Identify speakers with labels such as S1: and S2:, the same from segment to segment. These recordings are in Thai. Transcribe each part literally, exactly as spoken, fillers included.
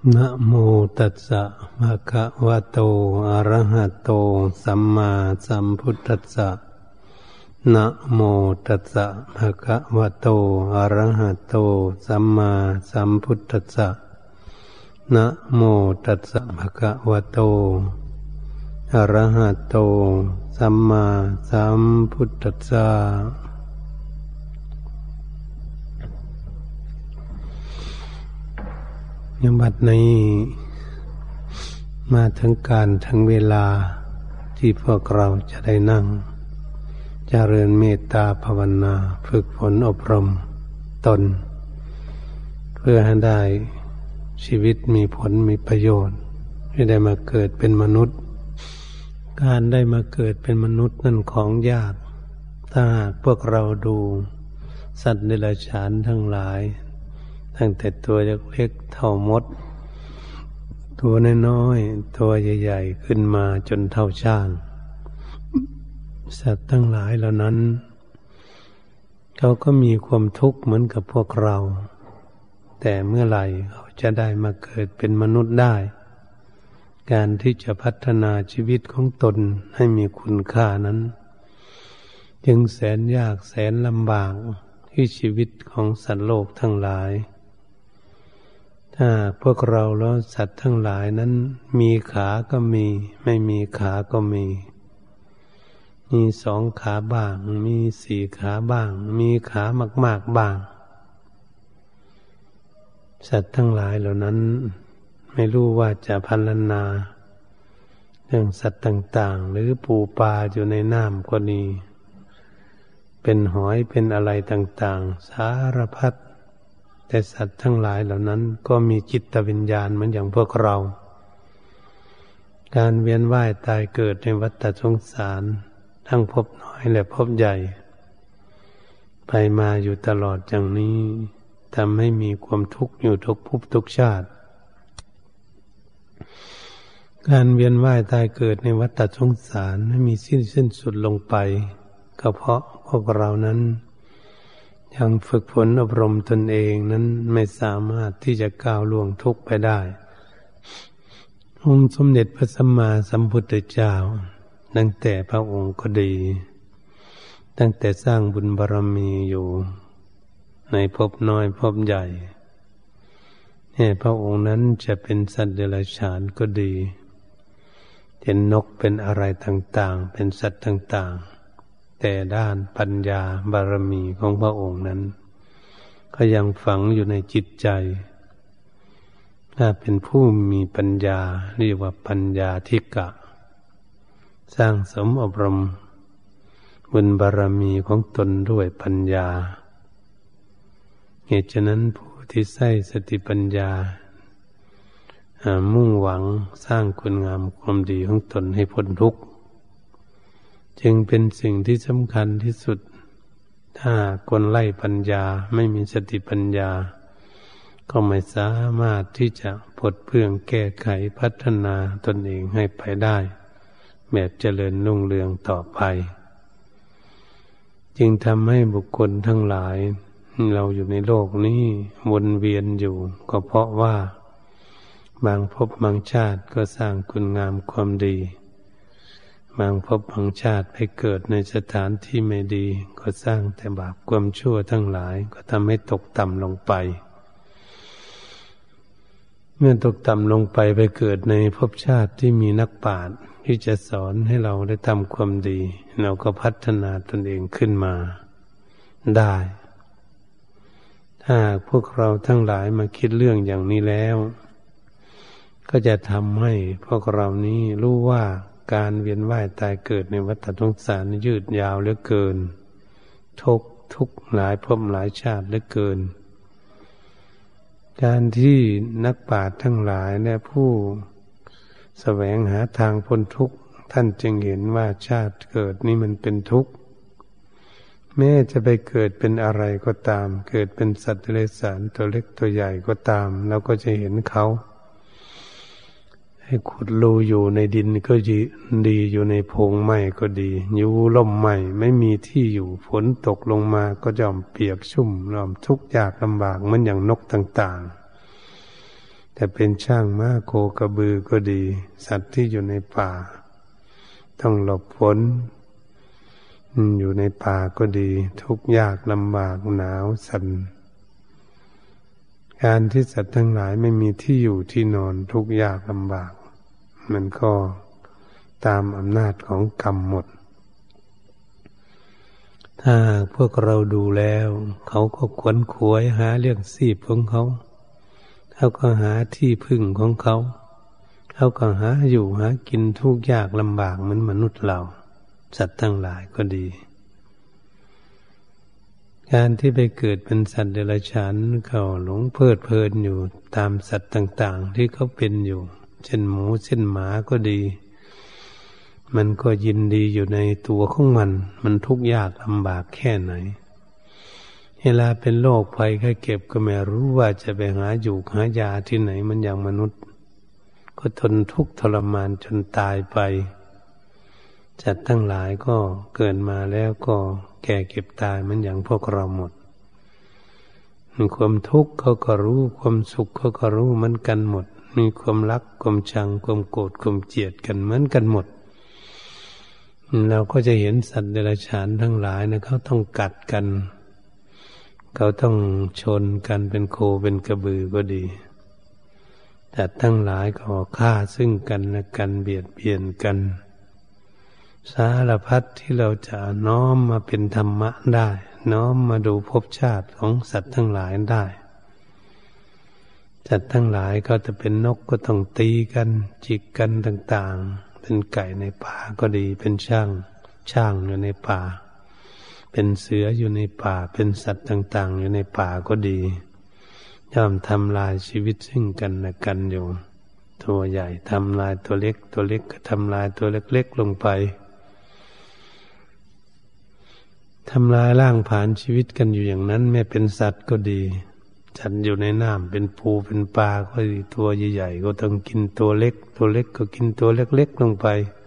S1: นะโมตัสสะภะคะวะโตอะระหะโตสัมมาสัมพุทธัสสะนะโมตัสสะภะคะวะโตอะระหะโตสัมมาสัมพุทธัสสะนะโมตัสสะภะคะวะโตอะระหะโตสัมมาสัมพุทธัสสะยามบัดนี้มาถึงการถึงเวลาที่พวกเราจะได้นั่งเจริญเมตตาภาวนาฝึกฝนอบรมตนเพื่อให้ได้ชีวิตมีผลมีประโยชน์ให้ได้มาเกิดเป็นมนุษย์การได้มาเกิดเป็นมนุษย์นั่นของยากถ้าหากพวกเราดูสัตว์เดรัจฉานทั้งหลายตั้งแต่ตัวเล็กๆเท่ามดตัวน้อยๆตัวใหญ่ๆขึ้นมาจนเท่าช้างสัตว์ทั้งหลายเหล่านั้นเขาก็มีความทุกข์เหมือนกับพวกเราแต่เมื่อไหร่เขาจะได้มาเกิดเป็นมนุษย์ได้การที่จะพัฒนาชีวิตของตนให้มีคุณค่านั้นจึงแสนยากแสนลำบากที่ชีวิตของสัตว์โลกทั้งหลายถ้าพวกเราแล้วสัตว์ทั้งหลายนั้นมีขาก็มีไม่มีขาก็มีมีสองขาบ้างมีสี่ขาบ้างมีขามากๆบ้างสัตว์ทั้งหลายเหล่านั้นไม่รู้ว่าจะพรรณนาเรื่องสัตว์ต่างๆหรือปูปลาอยู่ในน้ำก็ดีเป็นหอยเป็นอะไรต่างๆสารพัดแต่สัตว์ทั้งหลายเหล่านั้นก็มีจิตวิญญาณเหมือนอย่างพวกเราการเวียนว่ายตายเกิดในวัฏสงสารทั้งภพน้อยและภพใหญ่ไปมาอยู่ตลอดอย่างนี้ทำให้มีความทุกข์อยู่ทุกภพทุกชาติการเวียนว่ายตายเกิดในวัฏสงสารไม่มีสิ้นสิ้นสุดลงไปก็เพราะพวกเรานั้นยังฝึกฝนอบรมตนเองนั้นไม่สามารถที่จะก้าวล่วงทุกข์ไปได้องค์สมเด็จพระสัมมาสัมพุทธเจ้าตั้งแต่พระองค์ก็ดีตั้งแต่สร้างบุญบารมีอยู่ในภพน้อยภพใหญ่เนี่ยพระองค์นั้นจะเป็นสัตว์เดรัจฉานก็ดีเป็นนกเป็นอะไรต่างๆเป็นสัตว์ต่างๆแต่ด้านปัญญาบารมีของพระองค์นั้นก็ยังฝังอยู่ในจิตใจถ้าเป็นผู้มีปัญญาเรียกว่าปัญญาธิกะสร้างสมอบรมบุญบารมีของตนด้วยปัญญาเหตุฉะนั้นผู้ที่ใช้สติปัญญามุ่งหวังสร้างคุณงามความดีของตนให้พ้นทุกข์จึงเป็นสิ่งที่สำคัญที่สุดถ้าคนไร้ปัญญาไม่มีสติปัญญาก็ไม่สามารถที่จะปลดเปลื้องแก้ไขพัฒนาตนเองให้ไปได้แบบเจริญรุ่งเรืองต่อไปจึงทำให้บุคคลทั้งหลายเราอยู่ในโลกนี้วนเวียนอยู่ก็เพราะว่าบางภพบางชาติก็สร้างคุณงามความดีบางภพบางชาติไปเกิดในสถานที่ไม่ดีก็สร้างแต่บาปความชั่วทั้งหลายก็ทำให้ตกต่ำลงไปเมื่อตกต่ำลงไปไปเกิดในภพชาติที่มีนักปราชญ์ที่จะสอนให้เราได้ทำความดีเราก็พัฒนาตนเองขึ้นมาได้ถ้าพวกเราทั้งหลายมาคิดเรื่องอย่างนี้แล้วก็จะทำให้พวกเรานี้รู้ว่าการเวียนว่ายตายเกิดในวัฏสงสารยืดยาวเหลือเกินทุกทุกหลายภพหลายชาติเหลือเกินการที่นักปราชญ์ทั้งหลายและผู้แสวงหาทางพ้นทุกข์ท่านจึงเห็นว่าชาติเกิดนี้มันเป็นทุกข์แม้จะไปเกิดเป็นอะไรก็ตามเกิดเป็นสัตว์เดรัจฉานตัวเล็กตัวใหญ่ก็ตามเราก็จะเห็นเขาให้ขุดรูอยู่ในดินก็ดีอยู่ในโพรงไม้ก็ดีอยู่ร่มไม้ไม่มีที่อยู่ฝนตกลงมาก็ย่อมเปียกชุ่มย่อมทุกข์ยากลำบากเหมือนอย่างนกต่างๆแต่เป็นช้างม้าโคกระบือก็ดีสัตว์ที่อยู่ในป่าต้องหลบฝนอยู่ในป่าก็ดีทุกข์ยากลำบากหนาวสั่นการที่สัตว์ทั้งหลายไม่มีที่อยู่ที่นอนทุกข์ยากลำบากมันก็ตามอำนาจของกรรมหมดถ้าพวกเราดูแล้วเขาก็ขวนขวายหาเรื่องชีพของเขาเขาก็หาที่พึ่งของเขาเขาก็หาอยู่หากินทุกข์ยากลำบากเหมือนมนุษย์เราสัตว์ทั้งหลายก็ดีการที่ไปเกิดเป็นสัตว์เดรัจฉานเขาหลงเพลิดเพลินอยู่ตามสัตว์ต่างๆที่เขาเป็นอยู่เช่นหมูเช่นหมาก็ดีมันก็ยินดีอยู่ในตัวของมันมันทุกข์ยากลำบากแค่ไหนเวลาเป็นโรคภัยไข้เจ็บก็ไม่รู้ว่าจะไปหาอยู่หายาที่ไหนมันอย่างมนุษย์ก็ทนทุกข์ทรมานจนตายไปสัตว์ทั้งหลายก็เกิดมาแล้วก็แก่เก็บตายมันอย่างพวกเราหมดมีความทุกข์เขาก็รู้ความสุขเขาก็รู้เหมือนกันหมดมีความรักความชังความโกรธความเกลียดกันเหมือนกันหมดเราก็จะเห็นสัตว์เดรัจฉานทั้งหลายนะเขาต้องกัดกันเขาต้องชนกันเป็นโคเป็นกระบือก็ดีแต่ทั้งหลายก็ฆ่าซึ่งกันและกันเบียดเบียนกันสารพัดที่เราจะน้อมมาเป็นธรรมะได้น้อมมาดูภพชาติของสัตว์ทั้งหลายได้สัตว์ทั้งหลายก็จะเป็นนกก็ต้องตีกันจิกกันต่างๆเป็นไก่ในป่าก็ดีเป็นช้างช้างอยู่ในป่าเป็นเสืออยู่ในป่าเป็นสัตว์ต่างๆอยู่ในป่าก็ดีย่อมทำลายชีวิตซึ่งกันและกันอยู่ตัวใหญ่ทำลายตัวเล็กตัวเล็กก็ทำลายตัวเล็กๆลงไปทำลายร่างผานชีวิตกันอยู่อย่างนั้นแม้เป็นสัตว์ก็ดีสัตว์อยู่ในน้ำเป็นปูเป็นปลาก็ดีตัวใหญ่ๆก็ต้องกินตัวเล็กตัวเล็กก็กินตัวเล็กๆลงไป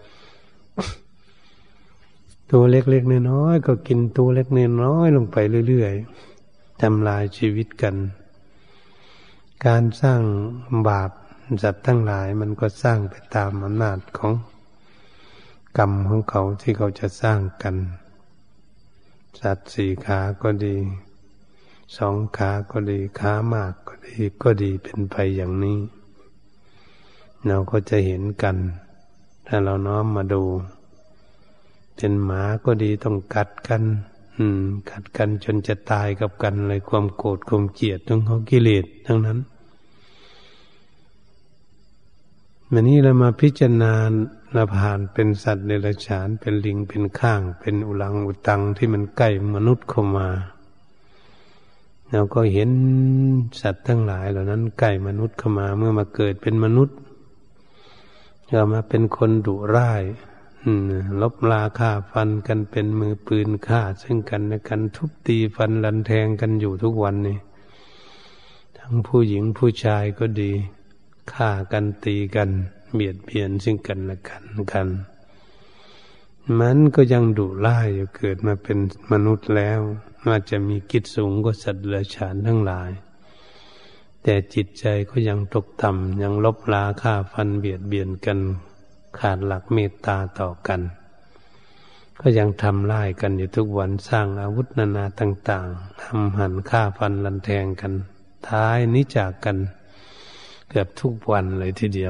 S1: ตัวเล็กๆน้อยๆก็กินตัวเล็กน้อยๆลงไปเรื่อยๆทำลายชีวิตกันการสร้างบาปสัตว์ทั้งหลายมันก็สร้างไปตามอำนาจของกรรมของเขาที่เขาจะสร้างกันสัตว์สี่ขาก็ดีสองขาก็ดีขามากก็ดีก็ดีเป็นไปอย่างนี้เราก็จะเห็นกันถ้าเราน้อมมาดูเป็นหมาก็ดีต้องกัดกันอืมกัดกันจนจะตายกับกันเลยความโกรธความเกลียดของเขากิเลสทั้งนั้นวันนี้เรามาพิจารณาเราผ่านเป็นสัตว์เดรัจฉานเป็นลิงเป็นข้างเป็นอุลังอุตังที่มันใกล้มนุษย์เข้ามาเราก็เห็นสัตว์ทั้งหลายเหล่านั้นใกล้มนุษย์เข้ามาเมื่อมาเกิดเป็นมนุษย์ก็มาเป็นคนดุร้ายลบราฆ่าฟันกันเป็นมือปืนฆ่าซึ่งกันและกันทุบตีฟันรันแทงกันอยู่ทุกวันนี่ทั้งผู้หญิงผู้ชายก็ดีฆ่ากันตีกันเบียดเบียนซึ่งกันและกันกันมันก็ยังดุร้ายอยู่เกิดมาเป็นมนุษย์แล้วอาจจะมีกิจสูงกว่าสัตว์เดรัจฉานทั้งหลายแต่จิตใจก็ยังตกต่ำยังลบราฆ่าฟันเบียดเบียนกันขาดหลักเมตตาต่อกันก็ยังทำร้ายกันอยู่ทุกวันสร้างอาวุธนานาต่างๆทำหั่นฆ่าฟันรันแทงกันท้ายนิจากกันเกือบทุกวันเลยทีเดียว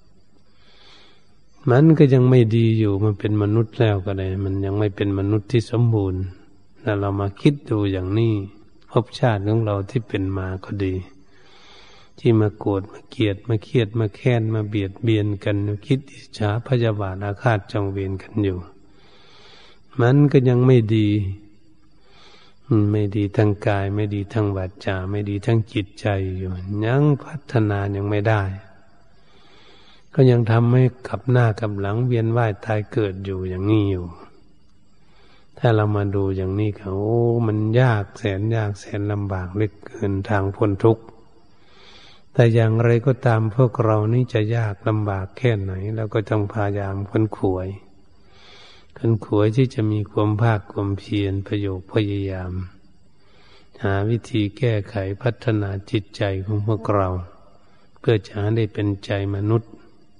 S1: มันก็ยังไม่ดีอยู่มันเป็นมนุษย์แล้วก็ได้มันยังไม่เป็นมนุษย์ที่สมบูรณ์ถ้าเรามาคิดดูอย่างนี้ภพชาติของเราที่เป็นมาก็ดีที่มาโกรธมาเกลียดมาเครียดมาแค้นมาเบียดเบียนกันคิดอิจฉาพยาบาทอาฆาตจองเวรกันอยู่มันก็ยังไม่ดีไม่ดีทั้งกายไม่ดีทั้งวาจาไม่ดีทั้งจิตใจอยู่ยังพัฒนายังไม่ได้ก็ยังทำให้กลับหน้ากลับหลังเวียนว่ายตายเกิดอยู่อย่างนี้อยู่ถ้าเรามาดูอย่างนี้ก็โอ้มันยากแสนยากแสนลำบากเหลือเกินทางพ้นทุกข์แต่อย่างไรก็ตามพวกเรานี่จะยากลำบากแค่ไหนเราก็ต้องพยายามค้นขวยค้นขวยที่จะมีความภาคความเพียรประโยชน์พยายามหาวิธีแก้ไขพัฒนาจิตใจของพวกเราพื่อจะได้เป็นใจมนุษย์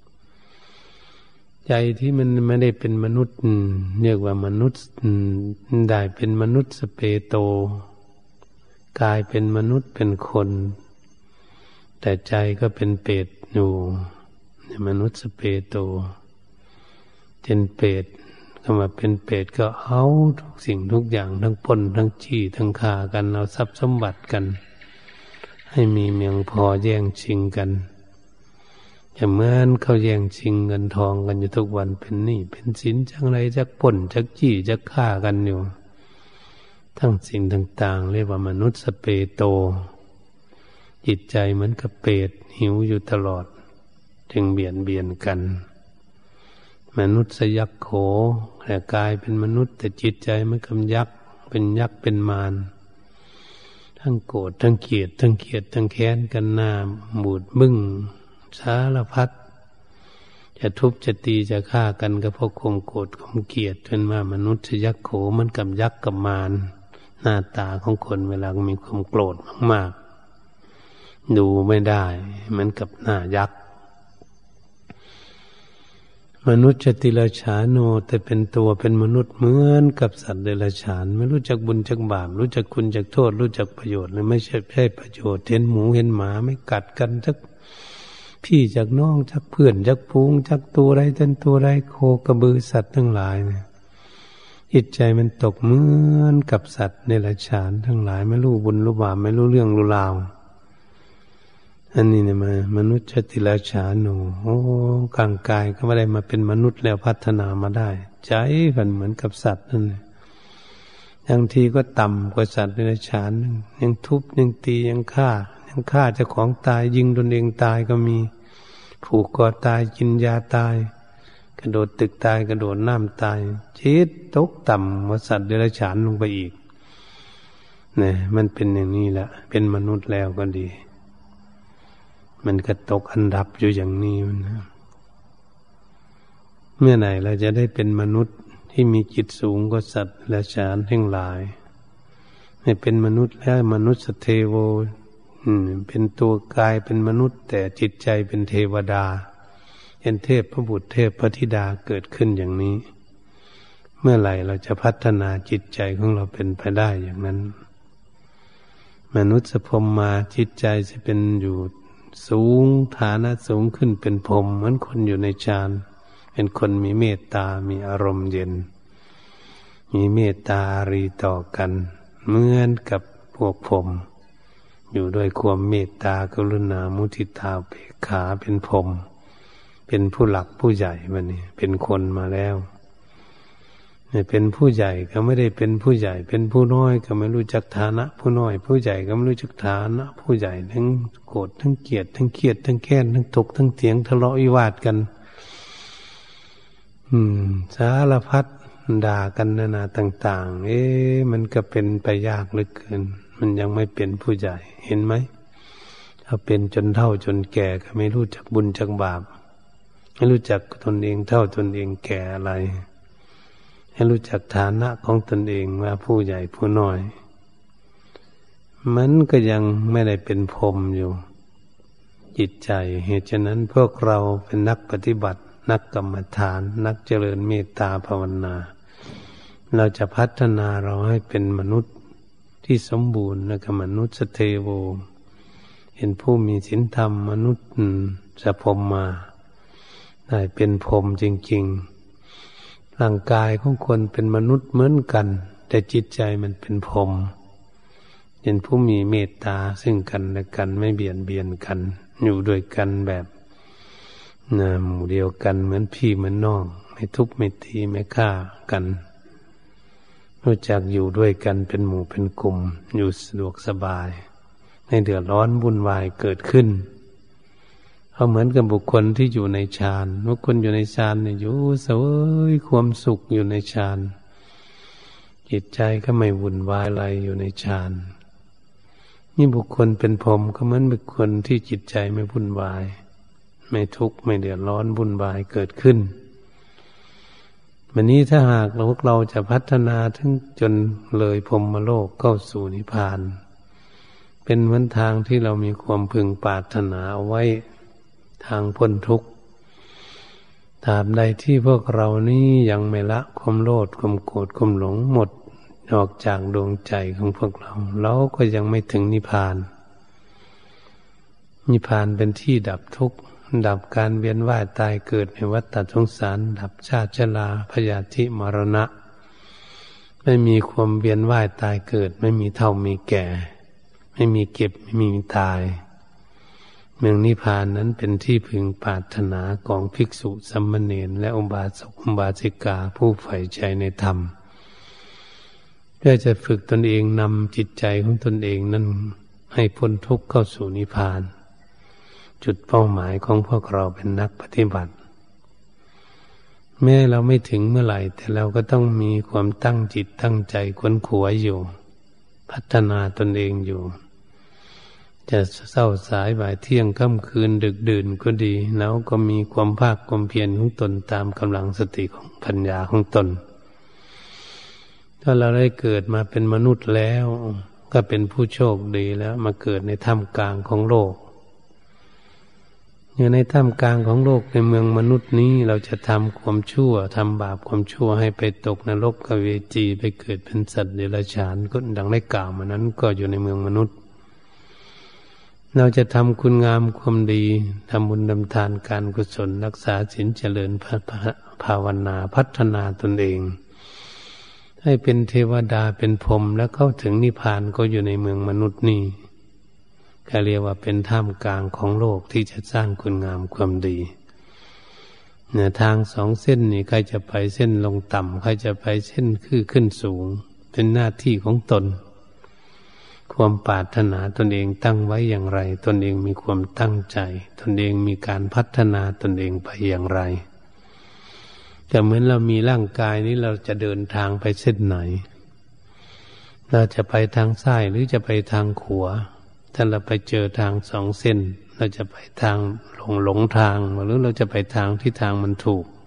S1: ใจที่มันไม่ได้เป็นมนุษย์เรียกว่ามนุษย์ได้เป็นมนุษย์สเปโตกายเป็นมนุษย์เป็นคนแต่ใจก็เป็นเปรตอยู่มนุษย์สเปโตเป็นเปรตก็มาเป็นเปรตก็เอาทุกสิ่งทุกอย่างทั้งปล้นทั้งจี้ทั้งฆ่ากันเอาทรัพย์สมบัติกันให้มีเมียงพอแย่งชิงกันจะเหมือนเขาแย่งชิงเงินทองกันอยู่ทุกวันเป็นหนี้เป็นสินจังไรจักปล้นจักจี้จักฆ่ากันอยู่ทั้งสิ่งต่างๆเรียกว่ามนุษย์สเปโตจิตใจเหมือนกับเปรตหิวอยู่ตลอดจึงเบียดเบียนกันมนุษย์สยักษ์โขแต่กายเป็นมนุษย์แต่จิตใจมันกำยักษ์เป็นยักษ์เป็นมารทั้งโกรธทั้งเกลียดทั้งเกลียดทั้งแค้นกันหน้าบูดบึ้งสารพัดจะทุบจะตีจะฆ่ากันก็เพราะความโกรธความเกลียดจนว่ามนุษย์สยักษ์โขมันกับยักษ์กับมารหน้าตาของคนเวลามีความโกรธมากๆดูไม่ได้เหมือนกับหน้ายักษ์มนุษย์ติราชาโนแต่เป็นตัวเป็นมนุษย์เหมือนกับสัตว์เดรัจฉานไม่รู้จักบุญจักบาปรู้จักคุณจักโทษรู้จักประโยชน์เลยไม่ใช่ใช่ประโยชน์เห็นหมูเห็นหมาไม่กัดกันจักพี่จักน้องจักเพื่อนจักพุงจักตัวไรเต้นตัวไรโคกระบือสัตว์ทั้งหลายเนี่ยจิตใจมันตกเหมือนกับสัตว์เดรัจฉานทั้งหลายไม่รู้บุญรู้บาปไม่รู้เรื่องรู้ราวอันนี้เนี่ยมามนุษย์ติราชาโนโอ้กางกายก็ไม่ได้มาเป็นมนุษย์แล้วพัฒนามาได้ใจมันเหมือนกับสัตว์นั่นแหละบางทีก็ต่ำกว่าสัตว์เดรัจฉานยังทุบยังตียังฆ่ายังฆ่าเจ้าของตายยิงตนเองตายก็มีผูกคอตายกินยาตายกระโดดตึกตายกระโดดน้ำตายจิตตกต่ำกว่าสัตว์เดรัจฉานลงไปอีกเนี่ยมันเป็นอย่างนี้แหละเป็นมนุษย์แล้วก็ดีมันก็ตกอันดับอยู่อย่างนี้นะเมื่อไหร่เราจะได้เป็นมนุษย์ที่มีจิตสูงกว่าสัตว์และฉานทั้งหลายไม่เป็นมนุษย์แล้วมนุษย์สเทโวเป็นตัวกายเป็นมนุษย์แต่จิตใจเป็นเทวดาเป็นเทพพระบุตรเทพพระธิดาเกิดขึ้นอย่างนี้เมื่อไหร่เราจะพัฒนาจิตใจของเราเป็นไปได้อย่างนั้นมนุษย์พรหมมาจิตใจจะเป็นอยู่สูงฐานะสูงขึ้นเป็นพรหมเหมือนคนอยู่ในฌานเป็นคนมีเมตตามีอารมณ์เย็นมีเมตตาอารีต่อกันเหมือนกับพวกพรหมอยู่ด้วยความเมตตากรุณามุทิตาอุเบกขาเป็นพรหมเป็นผู้หลักผู้ใหญ่บัดนี้เป็นคนมาแล้วเป็นผู้ใหญ่ก็ไม่ได้เป็นผู้ใหญ่เป็นผู้น้อยก็ไม่รู้จักฐานะผู้น้อยผู้ใหญ่ก็ไม่รู้จักฐานะผู้ใหญ่ทั้งโกรธทั้งเกลียดทั้งเครียดทั้งแค้นทั้งถกทั้งเถียงทะเลาะวิวาทกันอืมสารพัดด่ากันนานาต่างๆเอ๊ะมันก็เป็นไปยากเหลือเกินมันยังไม่เป็นผู้ใหญ่เห็นไหมถ้าเป็นจนเฒ่าจนแก่ก็ไม่รู้จักบุญจักบาปไม่รู้จักตนเองเท่าตนเองแก่อะไรให้รู้จักฐานะของตนเองว่าผู้ใหญ่ผู้น้อยมันก็ยังไม่ได้เป็นพรหมอยู่จิตใจเหตุฉะนั้นพวกเราเป็นนักปฏิบัตินักกรรมฐานนักเจริญเมตตาภาวนาเราจะพัฒนาเราให้เป็นมนุษย์ที่สมบูรณ์และก็มนุษย์สเทโวเห็นผู้มีศีลธรรมมนุษย์จะพรหมมาได้เป็นพรหมจริงๆร่างกายของคนเป็นมนุษย์เหมือนกันแต่จิตใจมันเป็นพรหมเป็นผู้มีเมตตาซึ่งกันและกันไม่เบียดเบียนกันอยู่ด้วยกันแบบนะหมู่เดียวกันเหมือนพี่เหมือนน้องไม่ทุบไม่ตีไม่ฆ่ากันรู้จักอยู่ด้วยกันเป็นหมู่เป็นกลุ่มอยู่สะดวกสบายไม่เดือดร้อนวุ่นวายเกิดขึ้นเขาเหมือนกับบุคคลที่อยู่ในฌานบุคคลอยู่ในฌานเนี่ยอยู่เสวยความสุขอยู่ในฌานจิตใจก็ไม่วุ่นวายอะไรอยู่ในฌานนี่บุคคลเป็นพรหมก็เหมือนบุคคลที่จิตใจไม่วุ่นวายไม่ทุกข์ไม่เดือดร้อนวุ่นวายเกิดขึ้นวันนี้ถ้าหากเราพวกเราจะพัฒนาถึงจนเลยพรหมโลกเข้าสู่นิพพานเป็นหนทางที่เรามีความพึงปรารถนาเอาไว้ทางพ้นทุกข์ตราบใดที่พวกเรานี้ยังไม่ละความโลภความโกรธความหลงหมดออกจากดวงใจของพวกเราเราก็ยังไม่ถึงนิพพานนิพพานเป็นที่ดับทุกข์ดับการเวียนว่ายตายเกิดในวัฏสงสารดับชาติชราพยาธิมรณะไม่มีความเวียนว่ายตายเกิดไม่มีเฒ่ามีแก่ไม่มีเก็บไม่มีตายเมืองนิพพานนั้นเป็นที่พึงปรารถนาของภิกษุสามเณรและอุบาสกอุบาสิกาผู้ใฝ่ใจในธรรมเพื่อจะฝึกตนเองนำจิตใจของตนเองนั้นให้พ้นทุกข์เข้าสู่นิพพานจุดเป้าหมายของพวกเราเป็นนักปฏิบัติแม้เราไม่ถึงเมื่อไหร่แต่เราก็ต้องมีความตั้งจิตตั้งใจค้นขวายอยู่พัฒนาตนเองอยู่จะเศร้าสายบ่ายเที่ยงค่ำคืนดึกดื่นก็ดีแล้วก็มีความภาคความเพียรของตนตามกำลังสติของปัญญาของตนถ้าเราได้เกิดมาเป็นมนุษย์แล้วก็เป็นผู้โชคดีแล้วมาเกิดในท่ามกลางของโลกอยู่ในท่ามกลางของโลกในเมืองมนุษย์นี้เราจะทำความชั่วทำบาปความชั่วให้ไปตกนรกกเวจีไปเกิดเป็นสัตว์เดรัจฉานก็ดังได้กล่าวมานั้นก็อยู่ในเมืองมนุษย์เราจะทำคุณงามความดีทำบุญทำทานการกุศลรักษาศีลเจริญภาวนาพัฒนาตนเองให้เป็นเทวดาเป็นพรหมแล้วเข้าถึงนิพพานก็อยู่ในเมืองมนุษย์นี่ก็เรียกว่าเป็นท่ามกลางของโลกที่จะสร้างคุณงามความดีเนี่ยทางสองเส้นนี่ใครจะไปเส้นลงต่ำใครจะไปเส้นขึ้นขึ้นสูงเป็นหน้าที่ของตนความปรารถนาตนเองตั้งไว้อย่างไรตนเองมีความตั้งใจตนเองมีการพัฒนาตนเองไปอย่างไรแต่เหมือนเรามีร่างกายนี้เราจะเดินทางไปเส้นไหนเราจะไปทางซ้ายหรือจะไปทางขวาถ้าเราไปเจอทางสองเส้นเราจะไปทางหลงหลงทางหรือเราจะไปทางที่ทางมันถูก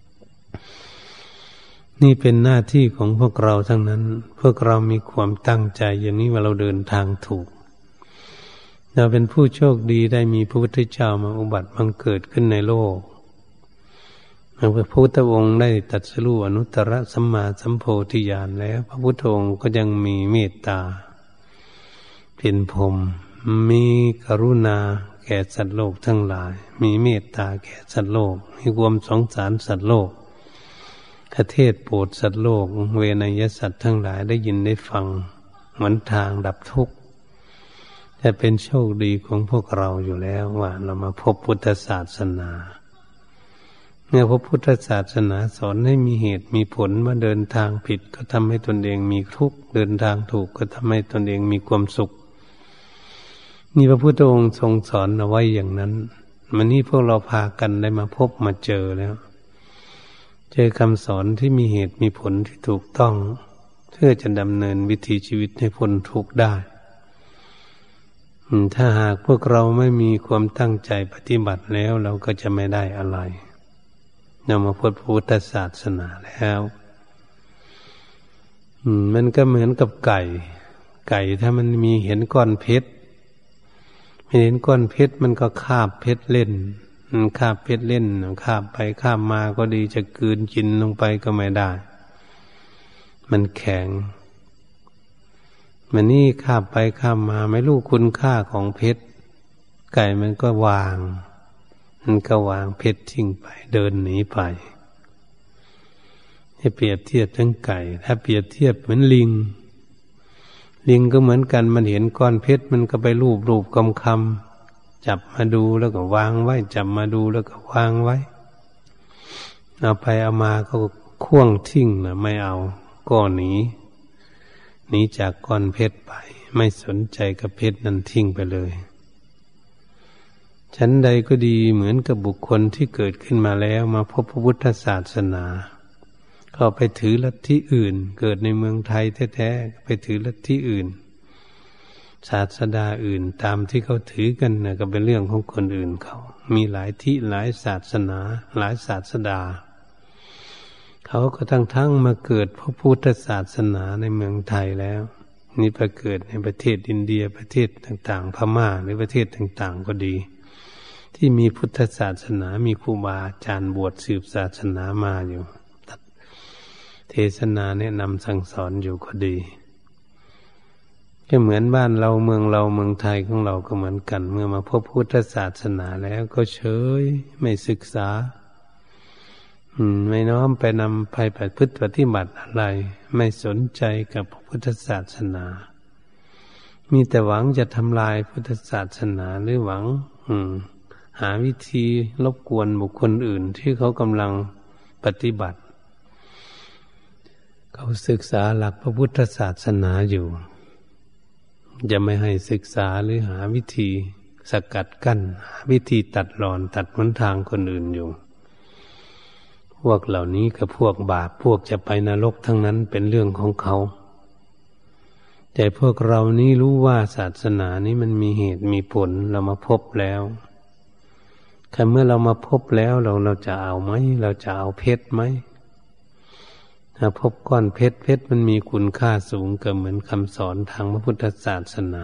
S1: นี่เป็นหน้าที่ของพวกเราทั้งนั้นพวกเรามีความตั้งใจอย่างนี้ว่าเราเดินทางถูกเราเป็นผู้โชคดีได้มีพระพุทธเจ้ามาอุบัติบังเกิดขึ้นในโลกพระพุทธองค์ได้ตรัสรู้อนุตตรสัมมาสัมโพธิญาณแล้วพระพุทธองค์ก็ยังมีเมตตาเป็นพรหมมีกรุณาแก่สัตว์โลกทั้งหลายมีเมตตาแก่สัตว์โลกมีความสงสารสัตว์โลกกเทศโปรดสัตว์โลกเวนยสัตว์ทั้งหลายได้ยินได้ฟังหนทางดับทุกข์จะเป็นโชคดีของพวกเราอยู่แล้วว่าเรามาพบพุทธศาสนาเมื่อพระพุทธศาสนาสอนให้มีเหตุมีผลว่าเดินทางผิดก็ทำให้ตนเองมีทุกข์เดินทางถูกก็ทำให้ตนเองมีความสุขนี่พระพุทธองค์ทรงสอนเอาไว้อย่างนั้นวันนี้พวกเราพากันได้มาพบมาเจอแล้วเจอคำสอนที่มีเหตุมีผลที่ถูกต้องเพื่อจะดำเนินวิถีชีวิตให้พ้นทุกข์ได้ถ้าหากพวกเราไม่มีความตั้งใจปฏิบัติแล้วเราก็จะไม่ได้อะไรนำมาพบพุทธศาสนาแล้วมันก็เหมือนกับไก่ไก่ถ้ามันมีเห็นก้อนเพชรเห็นก้อนเพชรมันก็คาบเพชรเล่นมันคาบเพชรเล่นคาบไปคาบมาก็ดีจะกลืนกินลงไปก็ไม่ได้มันแข็งมันนี่คาบไปคาบมาไม่รู้คุณค่าของเพชรไก่มันก็วางมันก็วางเพชรทิ้งไปเดินหนีไปให้เปรียบเทียบทั้งไก่ถ้าเปรียบเทียบเหมือนลิงลิงก็เหมือนกันมันเห็นก้อนเพชรมันก็ไปรูปรูปคำคำจับมาดูแล้วก็วางไว้จับมาดูแล้วก็วางไว้เอาไปเอามาก็ข่วงทิ้งนะไม่เอาก็หนีหนีจากก้อนเพชรไปไม่สนใจกับเพชรนั้นทิ้งไปเลยชั้นใดก็ดีเหมือนกับบุคคลที่เกิดขึ้นมาแล้วมาพบพระพุทธศาสนาก็ไปถือลัทธิอื่นเกิดในเมืองไทยแท้ๆไปถือลัทธิอื่นศาสดาอื่นตามที่เขาถือกันนะก็เป็นเรื่องของคนอื่นเขามีหลายที่หลายศาสนาหลายศาสดาเขาก็ทั้งทั้งมาเกิดพระพุทธศาสนาในเมืองไทยแล้วนี่ไปเกิดในประเทศอินเดียประเทศต่างๆพม่าหรือประเทศต่างๆก็ดีที่มีพุทธศาสนามีครูบาอาจารย์บวชสืบศาสนามาอยู่เทศนาแนะนำสั่งสอนอยู่ก็ดีก็เหมือนบ้านเราเมืองเราเมืองไทยของเราก็เหมือนกันเมื่อมาพบพุทธศาสนาแล้วก็เฉยไม่ศึกษาไม่น้อมไปนำไปปฏิพฤติปฏิบัติอะไรไม่สนใจกับพุทธศาสนามีแต่หวังจะทำลายพุทธศาสนาหรือหวังหาวิธีรบกวนบุคคลอื่นที่เขากำลังปฏิบัติเขาศึกษาหลักพระพุทธศาสนาอยู่จะไม่ให้ศึกษาหรือหาวิธีสกัดกั้นหาวิธีตัดรอนตัดหนทางคนอื่นอยู่พวกเหล่านี้กับพวกบาปพวกจะไปนรกทั้งนั้นเป็นเรื่องของเขาแต่พวกเรานี้รู้ว่าศาสนานี้มันมีเหตุมีผลเรามาพบแล้วแค่เมื่อเรามาพบแล้วเราเราจะเอาไหมเราจะเอาเพชรไหมถ้าพบก้อนเพชรเพชรมันมีคุณค่าสูงเกินเหมือนคำสอนทางพระพุทธศาสนา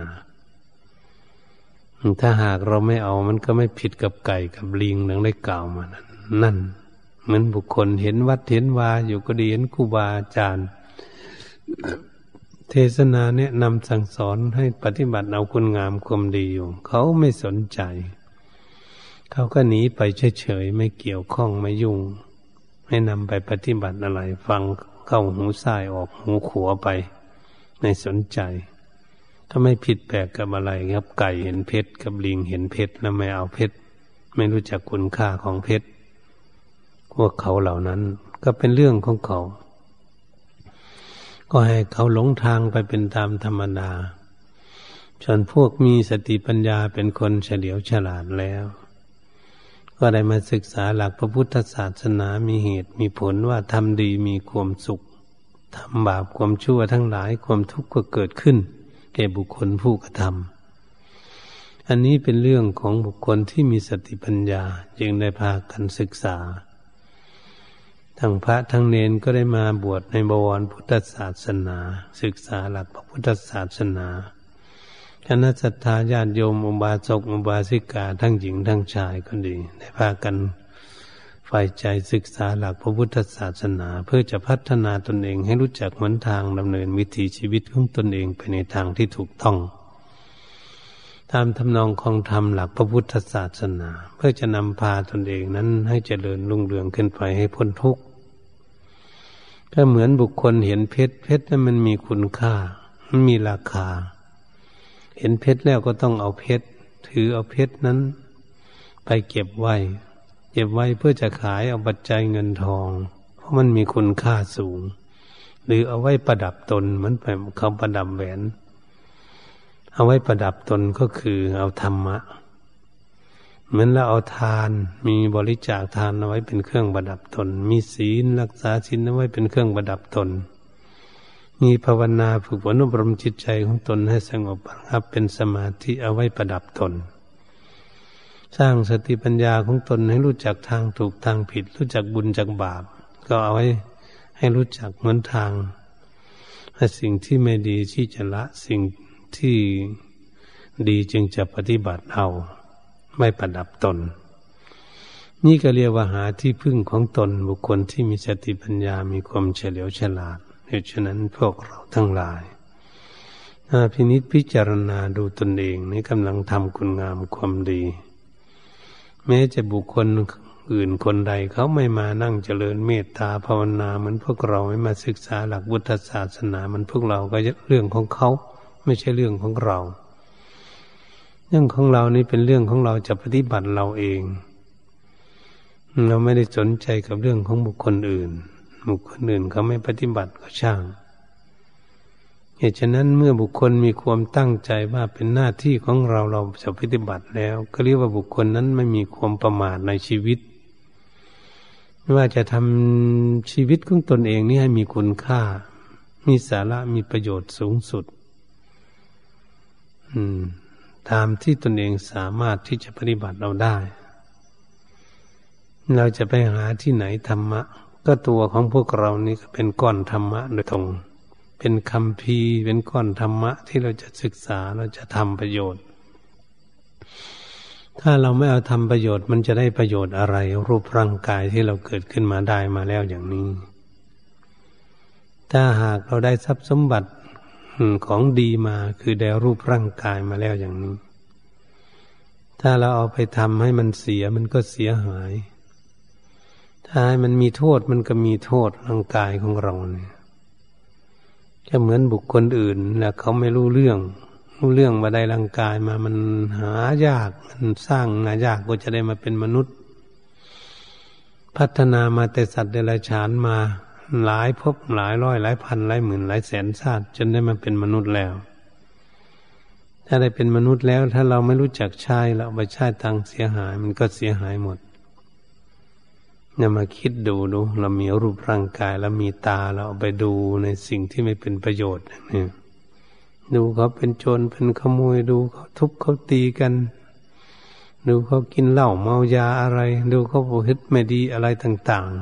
S1: ถ้าหากเราไม่เอามันก็ไม่ผิดกับไก่กับลิงดังได้กล่าวมานั้นนั่นเหมือนบุคคลเห็นวัดเห็นวาอยู่ก็ดีเห็นครูบาอาจารย์เทศนาแนะนำสั่งสอนให้ปฏิบัติเอาคุณงามความดีอยู่เขาไม่สนใจเขาก็หนีไปเฉยๆไม่เกี่ยวข้องไม่ยุ่งไม่นำไปปฏิบัติอะไรฟังเข้าหูซ้ายออกหูขวาไปไม่สนใจก็ไม่ผิดแปลกกับอะไรครับไก่เห็นเพชรกับลิงเห็นเพชรแล้วไม่เอาเพชรไม่รู้จักคุณค่าของเพชรพวกเขาเหล่านั้นก็เป็นเรื่องของเขาก็ให้เขาหลงทางไปเป็นตามธรรมดาส่วนพวกมีสติปัญญาเป็นคนเฉลียวฉลาดแล้วก็ได้มาศึกษาหลักพระพุทธศาสนามีเหตุมีผลว่าทำดีมีความสุขทำบาปความชั่วทั้งหลายความทุกข์ก็เกิดขึ้นแก่บุคคลผู้กระทำอันนี้เป็นเรื่องของบุคคลที่มีสติปัญญาจึงได้พากันศึกษาทั้งพระทั้งเณรก็ได้มาบวชในบวรพุทธศาสนาศึกษาหลักพระพุทธศาสนาคณะศรัทธาญาติโยมอุบาสกอุบาสิกาทั้งหญิงทั้งชายก็ดีได้พากันใฝ่ใจศึกษาหลักพระพุทธศาสนาเพื่อจะพัฒนาตนเองให้รู้จักหนทางดำเนินวิถีชีวิตของตนเองไปในทางที่ถูกต้องตามทำนองของธรรมหลักพระพุทธศาสนาเพื่อจะนำพาตนเองนั้นให้เจริญรุ่งเรืองขึ้นไปให้พ้นทุกข์ก็เหมือนบุคคลเห็นเพชรเพชรนั้นมันมีคุณค่ามันมีราคาเห็นเพชรแล้วก็ต้องเอาเพชรถือเอาเพชรนั้นไปเก็บไว้เก็บไว้เพื่อจะขายเอาปัจจัยเงินทองเพราะมันมีคุณค่าสูงหรือเอาไว้ประดับตนเหมือนแบบเขาประดับแหวนเอาไว้ประดับตนก็คือเอาธรรมะเหมือนเราเอาทานมีบริจาคทานเอาไว้เป็นเครื่องประดับตนมีศีลรักษาศีลเอาไว้เป็นเครื่องประดับตนมีภาวนาฝึกฝนอบรมจิตใจของตนให้สงบครับเป็นสมาธิเอาไว้ประดับตนสร้างสติปัญญาของตนให้รู้จักทางถูกทางผิดรู้จักบุญจากบาปก็เอาไว้ให้รู้จักหนทางให้สิ่งที่ไม่ดีที่จะละสิ่งที่ดีจึงจะปฏิบัติเอาไม่ประดับตนนี่ก็เรียกว่าหาที่พึ่งของตนบุคคลที่มีสติปัญญามีความเฉลียวฉลาดเหตุฉะนั้นพวกเราทั้งหลายถ้าพินิจพิจารณาดูตนเองในกำลังทำคุณงามความดีแม้จะบุคคลอื่นคนใดเขาไม่มานั่งเจริญเมตตาภาวนาเหมือนพวกเราไม่มาศึกษาหลักพุทธศาสนามันพวกเราก็เรื่องของเขาไม่ใช่เรื่องของเราเรื่องของเรานี่เป็นเรื่องของเราจะปฏิบัติเราเองเราไม่ได้สนใจกับเรื่องของบุคคลอื่นบุคคลอื่นเขาไม่ปฏิบัติก็ช่างเหตุฉะนั้นเมื่อบุคคลมีความตั้งใจว่าเป็นหน้าที่ของเราเราจะปฏิบัติแล้วก็เรียกว่าบุคคลนั้นไม่มีความประมาทในชีวิตไม่ว่าจะทำชีวิตของตนเองนี่ให้มีคุณค่ามีสาระมีประโยชน์สูงสุดอืมตามที่ตนเองสามารถที่จะปฏิบัติเราได้เราจะไปหาที่ไหนธรรมะก็ตัวของพวกเรานี่ก็เป็นก้อนธรรมะโดยตรงเป็นคัมภีร์เป็นก้อนธรรมะที่เราจะศึกษาเราจะทำประโยชน์ถ้าเราไม่เอาทำประโยชน์มันจะได้ประโยชน์อะไรรูปร่างกายที่เราเกิดขึ้นมาได้มาแล้วอย่างนี้ถ้าหากเราได้ทรัพย์สมบัติของดีมาคือได้รูปร่างกายมาแล้วอย่างนี้ถ้าเราเอาไปทำให้มันเสียมันก็เสียหายถ้าให้มันมีโทษมันก็มีโทษร่างกายของเราเนี่ยจะเหมือนบุคคลอื่นนะเขาไม่รู้เรื่องรู้เรื่องว่าได้ร่างกายมามันหายากมันสร้างมายากก็จะได้มาเป็นมนุษย์พัฒนามาแต่สัตว์เดรัจฉานมาหลายภพหลายร้อยหลายพันหลายหมื่นหลายแสนชาติจนได้มาเป็นมนุษย์แล้วถ้าได้เป็นมนุษย์แล้วถ้าเราไม่รู้จักใช้เราไปใช้ทางเสียหายมันก็เสียหายหมดเนี่ยมาคิดดูดูเรามีรูปร่างกายแล้วมีตาเราเอาไปดูในสิ่งที่ไม่เป็นประโยชน์เนี่ยดูเขาเป็นโจรเป็นขโมยดูเขาทุบเขาตีกันดูเขากินเหล้าเมายาอะไรดูเขาประพฤติไม่ดีอะไรต่าง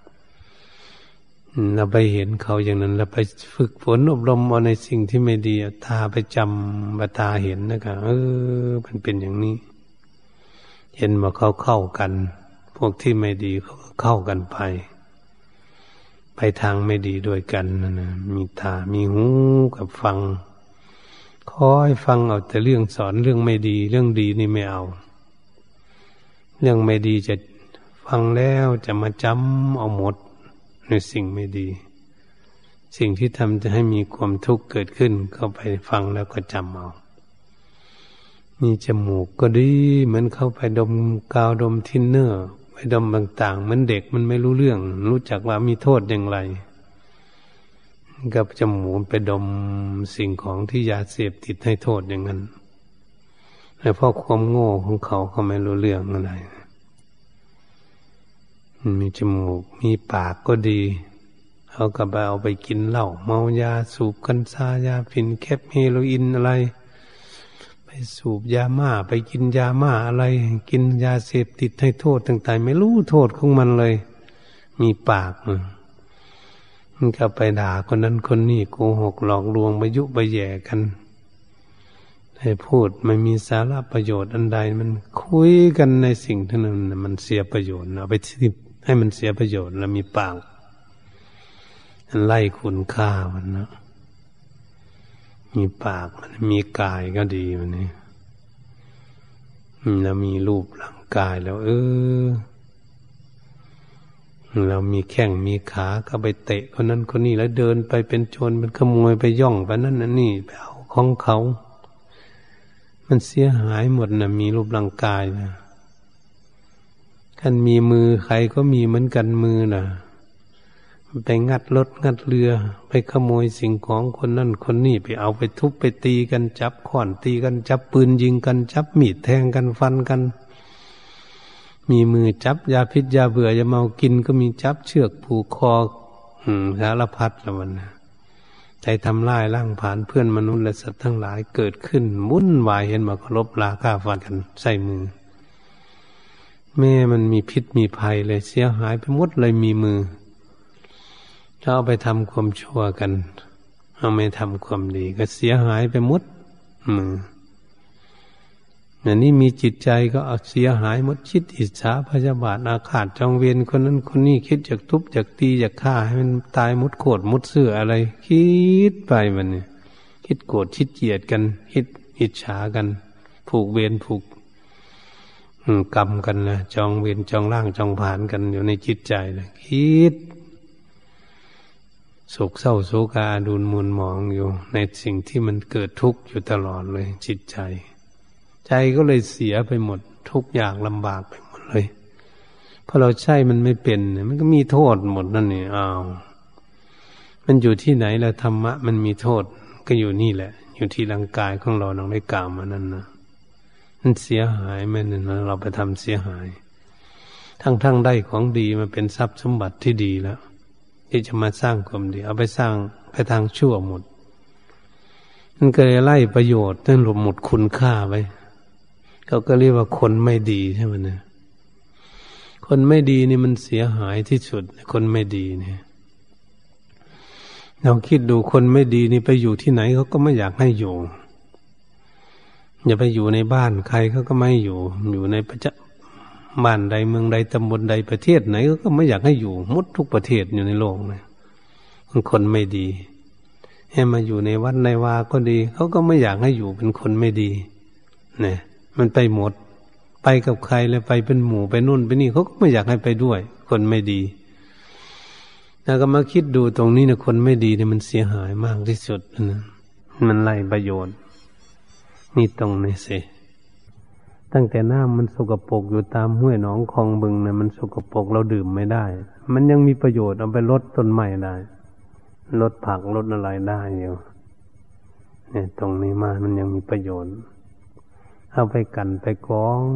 S1: ๆเราไปเห็นเขาอย่างนั้นเราไปฝึกฝนอบรมเอาในสิ่งที่ไม่ดีตาไปจำว่าตาเห็นนะครับเออมันเป็นอย่างนี้เห็นว่าเขาเข้ากันพวกที่ไม่ดีเขาก็เข้ากันไปไปทางไม่ดีด้วยกันนะนะมีตามีหูกับฟังคอยฟังเอาแต่เรื่องสอนเรื่องไม่ดีเรื่องดีนี่ไม่เอาเรื่องไม่ดีจะฟังแล้วจะมาจำเอาหมดในสิ่งไม่ดีสิ่งที่ทำจะให้มีความทุกข์เกิดขึ้นก็ไปฟังแล้วก็จำเอามีจมูกก็ดีเหมือนเข้าไปดมกาวดมทินเนอร์ไปดมต่างๆเหมือนเด็กมันไม่รู้เรื่องรู้จักว่ามีโทษอย่างไรกับจมูกไปดมสิ่งของที่ยาเสพติดให้โทษอย่างนั้นแต่เพราะความโง่ของเขาเขาไม่รู้เรื่องอะไรมีจมูกมีปากก็ดีเขาก็ไปเอาไปกินเหล้าเมายาสูบกัญชายาฝิ่นแคปเฮโรอีนอะไรไปสูบยาม่าไปกินยาม่าอะไรกินยาเสพติดให้โทษต่างๆไม่รู้โทษของมันเลยมีปากมันก็ไปด่าคนนั้นคนนี้โกหกหลอกลวงไปยุไปแย่กันให้พูดไม่มีสาระประโยชน์อันใดมันคุยกันในสิ่งที่นั้นมันเสียประโยชน์เอาไปทิพให้มันเสียประโยชน์แล้วมีปากมันไล่คุณค่ามันนะมีปากมันมีกายก็ดีมันนี่แล้วมีรูปร่างกายแล้วเออเรามีแข้งมีขาก็ไปเตะคนนั้นคนนี้แล้วเดินไปเป็นโจรเป็นขโมยไปย่องไปนั่นนั่นนี่ไปเอาของเขามันเสียหายหมดนะมีรูปร่างกายนะท่านมีมือใครก็มีเหมือนกันมือนะไปงัดรถงัดเรือไปขโมยสิ่งของคนนั่นคนนี้ไปเอาไปทุบไปตีกันจับค้อนตีกันจับปืนยิงกันจับมีดแทงกันฟันกันมีมือจับยาพิษยาเบื่อยาเมากินก็มีจับเชือกผูกคออืมสารพัดละมันนะใจทำลายร่างผานเพื่อนมนุษย์และสัตว์ทั้งหลายเกิดขึ้นวุ่นวายเห็นมาเคารพลาฆ่าฟันกันใส่มือแม่มันมีพิษมีภัยเลยเสียหายไปหมดเลยมีมือถ้าเอาไปทำความชั่วกันเอาไม่ทำความดีก็เสียหายไปหมดมืออันนี้มีจิตใจก็เอาเสียหายหมดคิดอิจฉาพยาบาทอาฆาตจองเวรคนนั้นคนนี้คิดอยากทุบอยากตีอยากฆ่าให้มันตายมุดโกรธมุดเสื่ออะไรคิดไปมันเนี่ยคิดโกรธคิดเกลียดกันคิดอิจฉากันผูกเวรผูกกรรมกันนะจองเวรจองร่างจองผ่านกันอยู่ในจิตใจนะคิดโศกเศร้าโศกาดูนมุนหมองอยู่ในสิ่งที่มันเกิดทุกข์อยู่ตลอดเลยจิตใจใจก็เลยเสียไปหมดทุกอย่างลำบากไปหมดเลยเพราะเราใช้มันไม่เป็นมันก็มีโทษหมดนั่นนี่อ้าวมันอยู่ที่ไหนแล้วธรรมะมันมีโทษก็อยู่นี่แหละอยู่ที่ร่างกายของเราเราได้กล่าวมานั่นนะมันเสียหายไหมเนี่ยเราไปทำเสียหายทั้งๆได้ของดีมาเป็นทรัพย์สมบัติที่ดีแล้วที่จะมาสร้างความดีเอาไปสร้างไปทางชั่วหมดมันก็เลยไล่ประโยชน์นั่นหลบหมดคุณค่าไปเขาก็เรียกว่าคนไม่ดีใช่ไหมเนี่ยคนไม่ดีนี่มันเสียหายที่สุดคนไม่ดีเนี่ยเราคิดดูคนไม่ดีนี่ไปอยู่ที่ไหนเขาก็ไม่อยากให้อยู่อย่าไปอยู่ในบ้านใครเขาก็ไม่อยู่อยู่ในประจบ้านใดเมืองใดตำบลใดประเทศไหนก็ไม่อยากให้อยู่หมดทุกประเทศอยู่ในโลกเลยมันคนไม่ดีให้มาอยู่ในวัดในวาก็ดีเขาก็ไม่อยากให้อยู่เป็นคนไม่ดีเนี่ยมันไปหมดไปกับใครเลยไปเป็นหมู่ไปนู่นไปนี่เขาก็ไม่อยากให้ไปด้วยคนไม่ดีแล้วก็มาคิดดูตรงนี้นะคนไม่ดีเนี่ยมันเสียหายมากที่สุดนะมันไร้ประโยชน์นี่ตรงนี้สิตั้งแต่น้ำมันสกปรกอยู่ตามห้วยหนองคลองบึงเนี่ยมันสกปรกเราดื่มไม่ได้มันยังมีประโยชน์เอาไปลดต้นไม้ได้ลดผักลดอะไรได้อยู่เนี่ยตรงนี้มามันยังมีประโยชน์เอาไปกันไปกรอง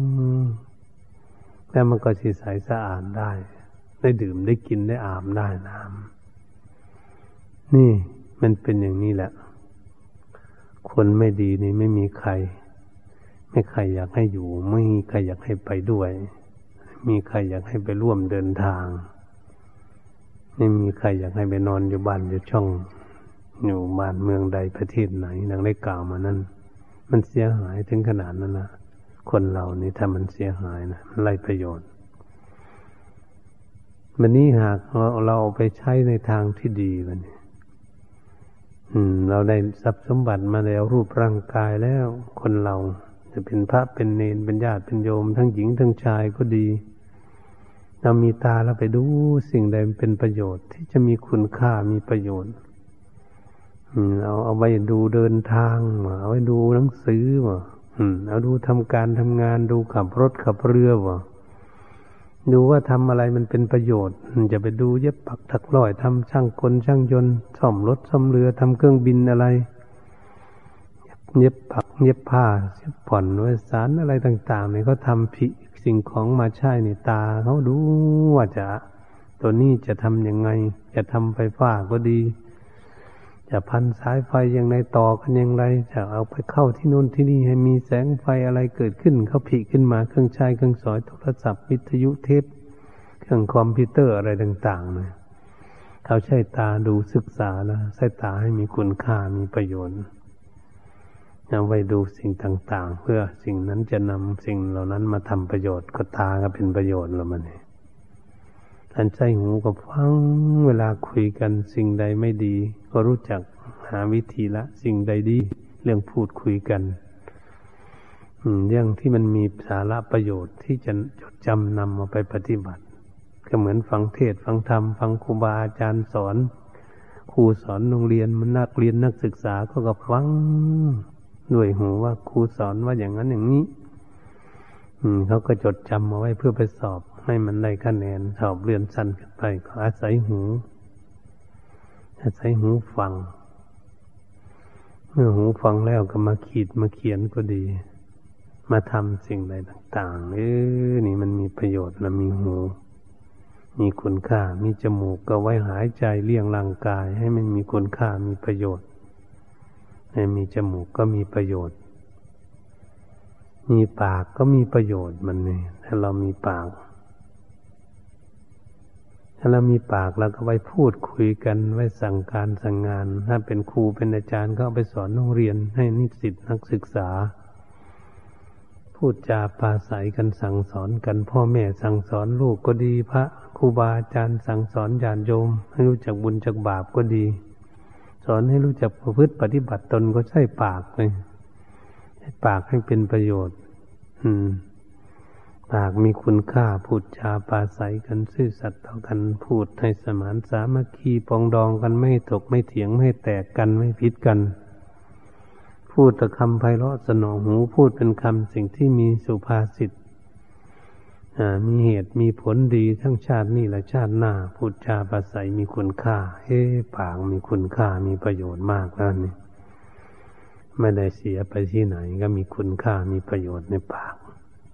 S1: แล้วมันก็สิใสสะอาดได้ได้ดื่มได้กินได้อาบได้น้ำนี่มันเป็นอย่างนี้แหละคนไม่ดีนี่ไม่มีใครไม่ใครอยากให้อยู่ไม่มีใครอยากให้ไปด้วยมีใครอยากให้ไปร่วมเดินทางไม่มีใครอยากให้ไปนอนอยู่บ้านอยู่ช่องอยู่บ้านเมืองใดประเทศไหนดังได้กล่าวมานั้นมันเสียหายถึงขนาดนั้นนะคนเรานี่ถ้ามันเสียหายนะมันไร้ประโยชน์วันนี้หากเราเราเอาไปใช้ในทางที่ดีวันนี้อืมเราได้ทรัพย์สมบัติมาแล้วรูปร่างกายแล้วคนเราจะเป็นพระเป็นเณรเป็นญาติเป็นโยมทั้งหญิงทั้งชายก็ดีเรามีตาเราไปดูสิ่งใดเป็นประโยชน์ที่จะมีคุณค่ามีประโยชน์เอาเอาไปดูเดินทางเอาไปดูหนังสือว่ะเอาดูทำการทำงานดูขับรถขับเรือว่ะดูว่าทำอะไรมันเป็นประโยชน์จะไปดูเย็บปักถักร้อยทำช่างกลช่างยนต์ซ่อมรถซ่อมเรือทำเครื่องบินอะไรเย็บปักเย็บผ้าเย็บผ่อนไว้สารอะไรต่างๆเนี่ยเขาทำผิสิ่งของมาใช้ในตาเขาดูว่าจะตัวนี้จะทำยังไงจะทำไฟฟ้าก็ดีจะพันสายไฟยังไงต่อกันอย่างไรจะเอาไปเข้าที่นู่นที่นี่ให้มีแสงไฟอะไรเกิดขึ้นเขาผิขึ้นมาเครื่องใช้เครื่องสอยโทรศัพท์วิทยุเทปเครื่องคอมพิวเตอร์อะไรต่างๆเนี่ยเขาใช้ตาดูศึกษาแล้วใช้ตาให้มีคุณค่ามีประโยชน์เอาไว้ดูสิ่งต่างๆเพื่อสิ่งนั้นจะนำสิ่งเหล่านั้นมาทำประโยชน์ก็ตาก็เป็นประโยชน์แล้วมันเนี่ยท่านใจหูก็ฟังเวลาคุยกันสิ่งใดไม่ดีก็รู้จักหาวิธีละสิ่งใดดีเรื่องพูดคุยกันเรื่องที่มันมีสาระประโยชน์ที่จะจดจำนำมาไปปฏิบัติก็เหมือนฟังเทศน์ฟังธรรมฟังครูบาอาจารย์สอนครูสอนโรงเรียนมันนักเรียนนักศึกษาก็ก็ฟังด้วยหูว่าครูสอนว่าอย่างนั้นอย่างนี้เขาก็จดจำมาไว้เพื่อไปสอบให้มันได้คะแนนสอบเรียนสั้นขึ้นไปก็อาศัยหูอาศัยหูฟังเมื่อหูฟังแล้วก็มาขีดมาเขียนก็ดีมาทำสิ่งใดต่างๆเออนี่มันมีประโยชน์นะมีหูมีคุณค่ามีจมูกก็ไว้หายใจเลี้ยงร่างกายให้มันมีคุณค่ามีประโยชน์ให้มีจมูกก็มีประโยชน์มีปากก็มีประโยชน์มันนี่ถ้าเรามีปากถ้าเรามีปากเราก็ไว้พูดคุยกันไว้สั่งการสั่งงานถ้าเป็นครูเป็นอาจารย์ก็เอาไปสอนโรงเรียนให้นิสิตนักศึกษาพูดจาปราศัยกันสั่งสอนกันพ่อแม่สั่งสอนลูกก็ดีพระครูบาอาจารย์สั่งสอนญาติโยมให้รู้จักบุญจักบาปก็ดีสอนให้รู้จักประพฤติปฏิบัติตนก็ใช้ปากเลยใช้ปากให้เป็นประโยชน์อืมปากมีคุณค่าพูดจาปราศัยกันซื่อสัตย์ต่อกันพูดให้สมานสามัคคีปองดองกันไม่ถกไม่เถียงไม่แตกกันไม่ผิดกันพูดแต่คำไพเราะสนอหูพูดเป็นคำสิ่งที่มีสุภาษิตมีเหตุมีผลดีทั้งชาตินี้และชาติหน้าพูดจาปราศัยมีคุณค่าเฮ้ปากมีคุณค่ามีประโยชน์มากแล้วนี่ไม่ได้เสียไปที่ไหนก็มีคุณค่ามีประโยชน์ในปาก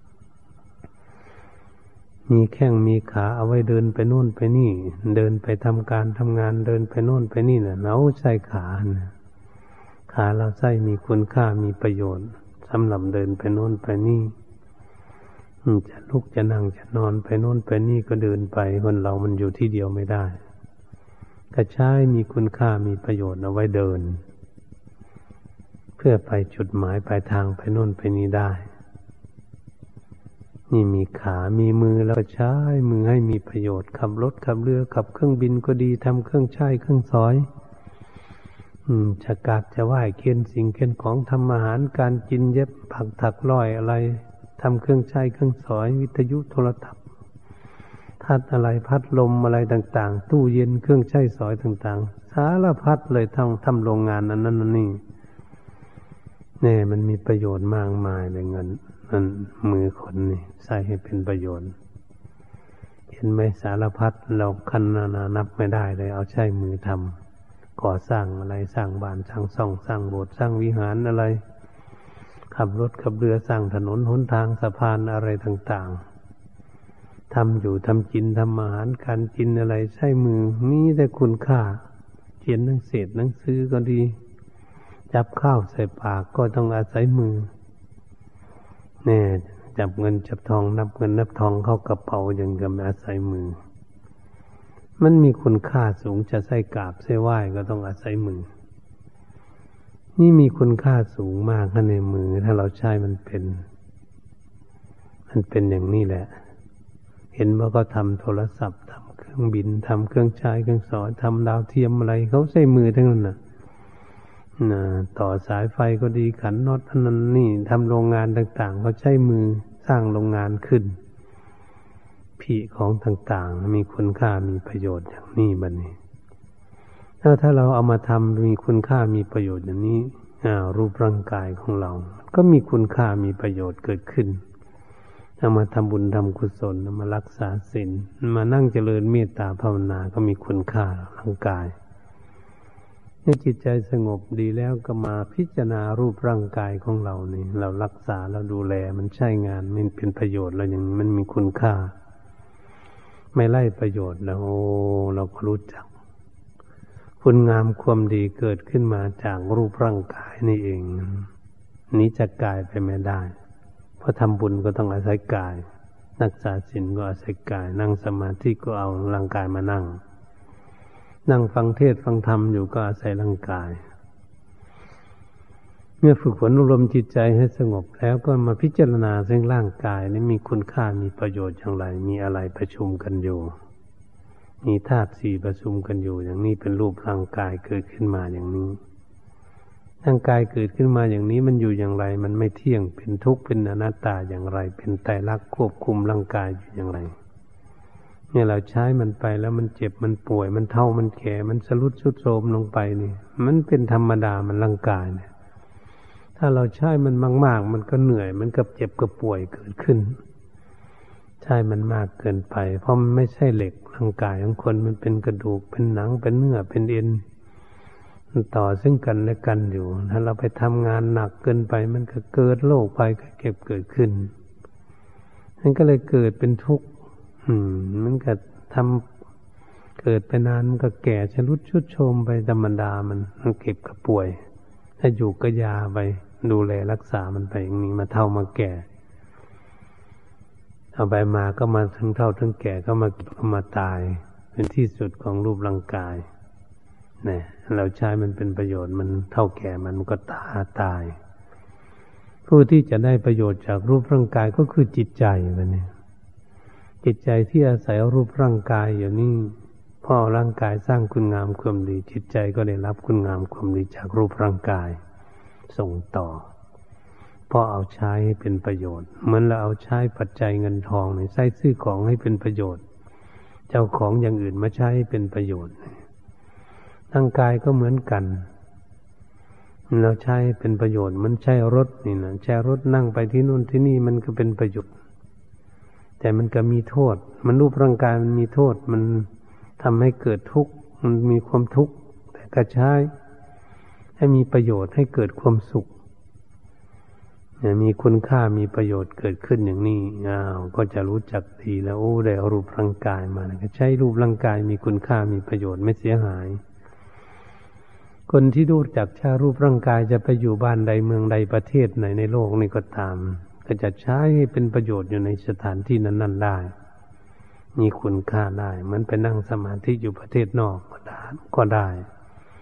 S1: มีแข้งมีขาเอาไว้เดินไปโน่นไปนี่เดินไปทำการทำงานเดินไปโน่นไปนี่น่ะเราใช้ขานะขาเราใช้มีคุณค่ามีประโยชน์สำหรับเดินไปโน่นไปนี่จะลุกจะนั่งจะนอนไปโน่นไปนี่ก็เดินไปคนเรามันอยู่ที่เดียวไม่ได้ก็ใช้มีคุณค่ามีประโยชน์เอาไว้เดินเพื่อไปจุดหมายปลายทางไปโน่นไปนี่ได้นี่มีขามีมือแล้วใช้มือให้มีประโยชน์ขับรถขับเรือขับเครื่องบินก็ดีทำเครื่องใช้เครื่องสอยอืมจะกาดจะไหว้เคียนสิ่งเคียนของทำอาหารการกินเย็บผักถักร้อยอะไรทำเครื่องใช้เครื่องสอยวิทยุโทรทัศน์พัดอะไรพัดลมอะไรต่างๆตู้เย็นเครื่องใช้สอยต่างๆสารพัดเลยทำทำโรงงานนั้นนั่นนี่เนี่ยมันมีประโยชน์มากมายเลยเงินนั่นมือคนนี่ใส่ให้เป็นประโยชน์เห็นไหมสารพัดเราคันนานับไม่ได้เลยเอาใช้มือทำก่อสร้างอะไรสร้างบ้านสร้างซ่องสร้างโบสถ์สร้างวิหารอะไรขับรถขับเรือสร้างถนนหนทางสะพานอะไรต่างๆทำอยู่ทำกินทำอาหารการกินอะไรใช้มือมีแต่คุณค่าเขียนหนังสือหนังสือก็ดีจับข้าวใส่ปากก็ต้องอาศัยมือแน่จับเงินจับทองนับเงินนับทองเข้ากระเป๋าอย่างกับอาศัยมือมันมีคุณค่าสูงจะใส่กราบใส่ไหว้ก็ต้องอาศัยมือนี่มีคุณค่าสูงมากในมือถ้าเราใช้มันเป็นมันเป็นอย่างนี้แหละเห็นว่าก็ทำโทรศัพท์ทำเครื่องบินทำเครื่องใช้เครื่องสอนทำดาวเทียมอะไรเขาใช้มือทั้งนั้นน่ะนะต่อสายไฟก็ดีขันน็อตนั่นนี่ทำโรงงานต่างๆเขาใช้มือสร้างโรงงานขึ้นผีของต่างๆมีคุณค่ามีประโยชน์อย่างนี้บัดนี้ถ้าถ้าเราเอามาทำมีคุณค่ามีประโยชน์อย่างนี้รูปร่างกายของเราก็มีคุณค่ามีประโยชน์เกิดขึ้นเอามาทำบุญทำกุศลเอามารักษาศีลมานั่งเจริญเมตตาภาวนาก็มีคุณค่าร่างกายเมื่อจิตใจสงบดีแล้วก็มาพิจารณารูปร่างกายของเรานี่เรารักษาเราดูแลมันใช้งานมันเป็นประโยชน์แล้วอย่างนี้มันมีคุณค่าไม่ไล่ประโยชน์แล้วเราก็รู้จักคุณงามความดีเกิดขึ้นมาจากรูปร่างกายนี่เองนี้จะกายไปไม่ได้เพราะทำบุญก็ต้องอาศัยกายรักษาศีลก็อาศัยกายนั่งสมาธิก็เอาร่างกายมานั่งนั่งฟังเทศน์ฟังธรรมอยู่ก็อาศัยร่างกายเมื่อฝึกฝนอบรมจิตใจให้สงบแล้วก็มาพิจารณาเรื่องร่างกายนี้มีคุณค่ามีประโยชน์อย่างไรมีอะไรประชุมกันอยู่มีธาตุสี่ประชุมกันอยู่อย่างนี้เป็นรูปร่างกายเกิดขึ้นมาอย่างนี้ร่างกายเกิดขึ้นมาอย่างนี้มันอยู่อย่างไรมันไม่เที่ยงเป็นทุกข์เป็นอนัตตาอย่างไรเป็นไตรลักษณ์ควบคุมร่างกายอยู่อย่างไรเนี่ยเราใช้มันไปแล้วมันเจ็บมันป่วยมันเฒ่ามันแก่มันสรุดทรุดโทรมลงไปนี่มันเป็นธรรมดามันร่างกายเนี่ยถ้าเราใช้มันมากๆมันก็เหนื่อยมันก็เจ็บก็ป่วยเกิดขึ้นใช้มันมากเกินไปเพราะมันไม่ใช่เหล็กร่างกายของคนมันเป็นกระดูกเป็นหนังเป็นเนื้อเป็นเอ็นมันต่อซึ่งกันและกันอยู่ถ้าเราไปทำงานหนักเกินไปมันก็เกิดโรคภัยไข้เจ็บเกิดขึ้นมันก็เลยเกิดเป็นทุกข์อืมมันก็ทำเกิดไปนานมันก็แก่ชรุดชุดโทรมไปธรรมดามันมันเก็บกับป่วยถ้าอยู่ก็ยาไปดูแลรักษามันไปอย่างนี้มาเฒ่ามาแก่เอาไปมาก็มาทั้งเฒ่าทั้งแก่ก็มาก็มาตายเป็นที่สุดของรูปร่างกายเนี่ยเราใช้มันเป็นประโยชน์มันเฒ่าแก่มันก็ตายตายผู้ที่จะได้ประโยชน์จากรูปร่างกายก็คือจิตใจมันเนี่ยจิตใจที่อาศัยรูปร่างกายอยู่นี่พอร่างกายสร้างคุณงามความดีจิตใจก็ได้รับคุณงามความดีจากรูปร่างกายส่งต่อพอเอาใช้ให้เป็นประโยชน์เหมือนเราเอาใช้ปัจจัยเงินทองเนี่ยใช้ซื้อของให้เป็นประโยชน์เจ้าของอย่างอื่นมาใช้ให้เป็นประโยชน์ร่างกายก็เหมือนกันเราใช้เป็นประโยชน์มันใช้รถนี่นะใช้รถนั่งไปที่นู่นที่นี่มันก็เป็นประโยชน์แต่มันก็มีโทษมันรูปร่างกายมันมีโทษมันทำให้เกิดทุกข์มันมีความทุกข์แต่ก็ใช้ให้มีประโยชน์ให้เกิดความสุขเนี่ยมีคุณค่ามีประโยชน์เกิดขึ้นอย่างนี้อ้าวก็จะรู้จักดีแล้วโอ้ได้เอารูปร่างกายมาก็ใช้รูปร่างกายมีคุณค่ามีประโยชน์ไม่เสียหายคนที่รู้จักใช้รูปร่างกายจะไปอยู่บ้านใดเมืองใดประเทศไหนในโลกนี้ก็ตามก็จะใช้ให้เป็นประโยชน์อยู่ในสถานที่นั้นๆได้มีคุณค่าได้เหมือนไปนั่งสมาธิอยู่ประเทศนอกก็ได้ก็ได้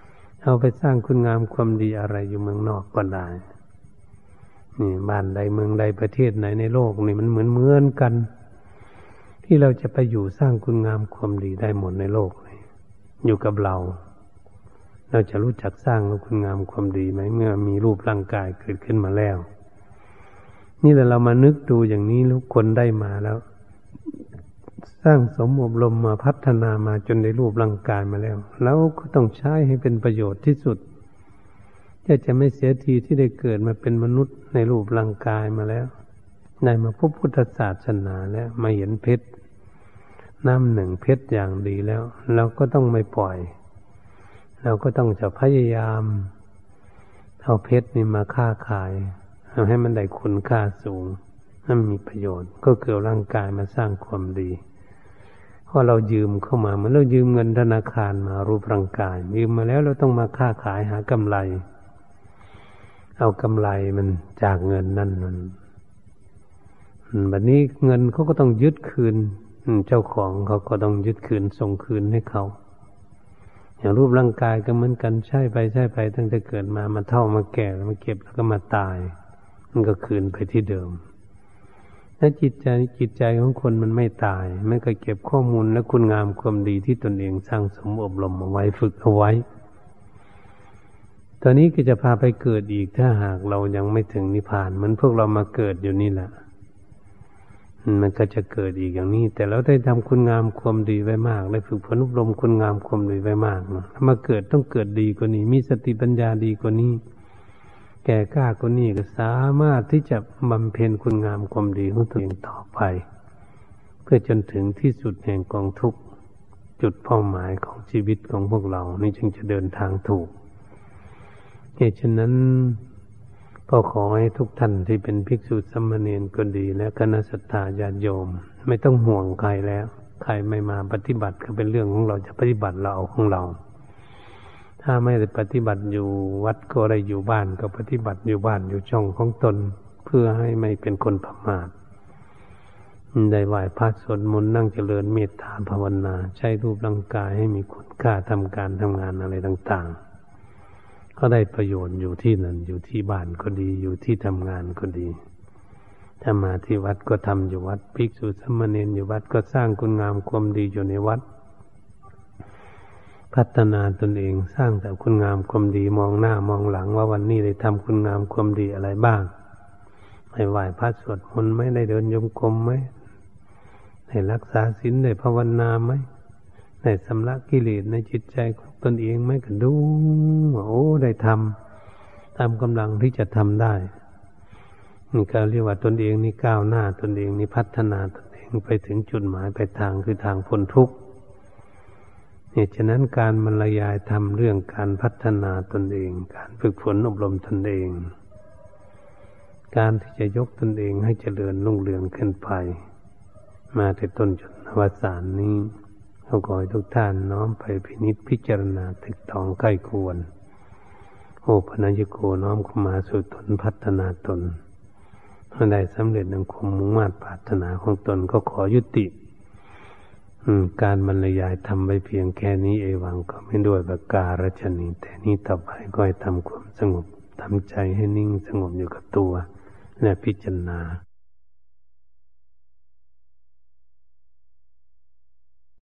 S1: เอาไปสร้างคุณงามความดีอะไรอยู่เมืองนอกก็ได้นี่บ้านใดเมืองใดประเทศไหนในโลกนี่มันเหมือนเหมือนกันที่เราจะไปอยู่สร้างคุณงามความดีได้หมดในโลกนี่อยู่กับเราเราจะรู้จักสร้างคุณงามความดีไหมเมื่อมีรูปร่างกายเกิดขึ้นมาแล้วนี่แหละเรามานึกดูอย่างนี้ทุกคนได้มาแล้วสร้างสมอบรมมาพัฒนามาจนได้รูปร่างกายมาแล้วแล้วก็ต้องใช้ให้เป็นประโยชน์ที่สุดจะจะไม่เสียทีที่ได้เกิดมาเป็นมนุษย์ในรูปร่างกายมาแล้วได้มาพบพุทธศาสนาแล้วมาเห็นเพชรน้ำหนึ่งเพชรอย่างดีแล้วเราก็ต้องไม่ปล่อยเราก็ต้องจะพยายามเอาเพชรนี่มาค้าขายทำให้มันได้คุณค่าสูงให้มันมีประโยชน์ก็เกี่ยวร่างกายมาสร้างความดีเพราะเรายืมเข้ามาเหมือนเรายืมเงินธนาคารมารูปร่างกายยืมมาแล้วเราต้องมาค้าขายหากำไรเอากำไรมันจากเงินนั่นมันแบบนี้เงินเขาก็ต้องยึดคืนเจ้าของเขาก็ต้องยึดคืนส่งคืนให้เขาอย่างรูปร่างกายก็เหมือนกันใช่ไปใช่ไปตั้งแต่เกิดมามาเฒ่ามาแก่มาเก็บแล้วก็มาตายมันก็คืนไปที่เดิมและจิตใจจิตใจของคนมันไม่ตายมันก็เก็บข้อมูลและคุณงามความดีที่ตนเองสร้างสมอบรมเอาไว้ฝึกเอาไว้ตอนนี้ก็จะพาไปเกิดอีกถ้าหากเรายังไม่ถึงนิพพานเหมือนพวกเรามาเกิดอยู่นี่แหละมันก็จะเกิดอีกอย่างนี้แต่เราได้ทำคุณงามความดีไว้มากได้ฝึกฝนอบรมคุณงามความดีไว้มากเนาะถ้ามาเกิดต้องเกิดดีกว่านี้มีสติปัญญาดีกว่านี้แก่กล้ากว่านี้ก็สามารถที่จะบำเพ็ญคุณงามความดีของตัวเองต่อไปเพื่อจนถึงที่สุดแห่งกองทุกข์จุดเป้าหมายของชีวิตของพวกเรานี่จึงจะเดินทางถูกเหตุฉะนั้นก็ขอให้ทุกท่านที่เป็นภิกษุสามเณรก็ดีและคณะสัตยาญาติโยมไม่ต้องห่วงใครแล้วใครไม่มาปฏิบัติก็เป็นเรื่องของเราจะปฏิบัติเราเอาของเราถ้าไม่ได้ปฏิบัติอยู่วัดก็ได้อยู่บ้านก็ปฏิบัติอยู่บ้านอยู่ช่องของตนเพื่อให้ไม่เป็นคนประมาทได้ไหว้พระสวดมนต์นั่งเจริญเมตตาภาวนาใช้รูปร่างกายให้มีคุณค่าทำการทำงานอะไรต่างๆก็ได้ประโยชน์อยู่ที่นั่นอยู่ที่บ้านก็ดีอยู่ที่ทำงานก็ดีถ้ามาที่วัดก็ทำอยู่วัดภิกษุสามเณรอยู่วัดก็สร้างคุณงามความดีอยู่ในวัดพัฒนาตนเองสร้างแต่คุณงามความดีมองหน้ามองหลังว่าวันนี้ได้ทำคุณงามความดีอะไรบ้างได้ไหว้พระสวดมนต์ไหมได้เดินโยมกรมไหมได้รักษาศีลได้ภาวนาไหมได้ชำระกิเลสในจิตใจของตนเองไหมก็ดูโอ้ได้ทำตามกำลังที่จะทำได้นี่ก็เรียกว่าตนเองนี่ก้าวหน้าตนเองนี่พัฒนาตนเองไปถึงจุดหมายไปทางคือทางพ้นทุกข์เหตุฉะนั้นการบรรยายทำเรื่องการพัฒนาตนเองการฝึกฝนอบรมตนเองการที่จะยกตนเองให้เจริญรุ่งเรืองขึ้นไปมาแต่ต้นจนอวสานนี้เราขอให้ทุกท่านน้อมไปพินิจพิจารณาตึกตองใกล้ควรโอปัญญโกน้อมเข้ามาสู่ตนพัฒนาตนเมื่อได้สำเร็จดังความมุ่งมั่นปรารถนาของตนก็ขอยุติการบรรยายทำไปเพียงแค่นี้เอวังก็ไม่ด้วยประการฉะนี้แต่นี้ต่อไปก็ให้ทำความสงบทำใจให้นิ่งสงบอยู่กับตัวและพิจารณา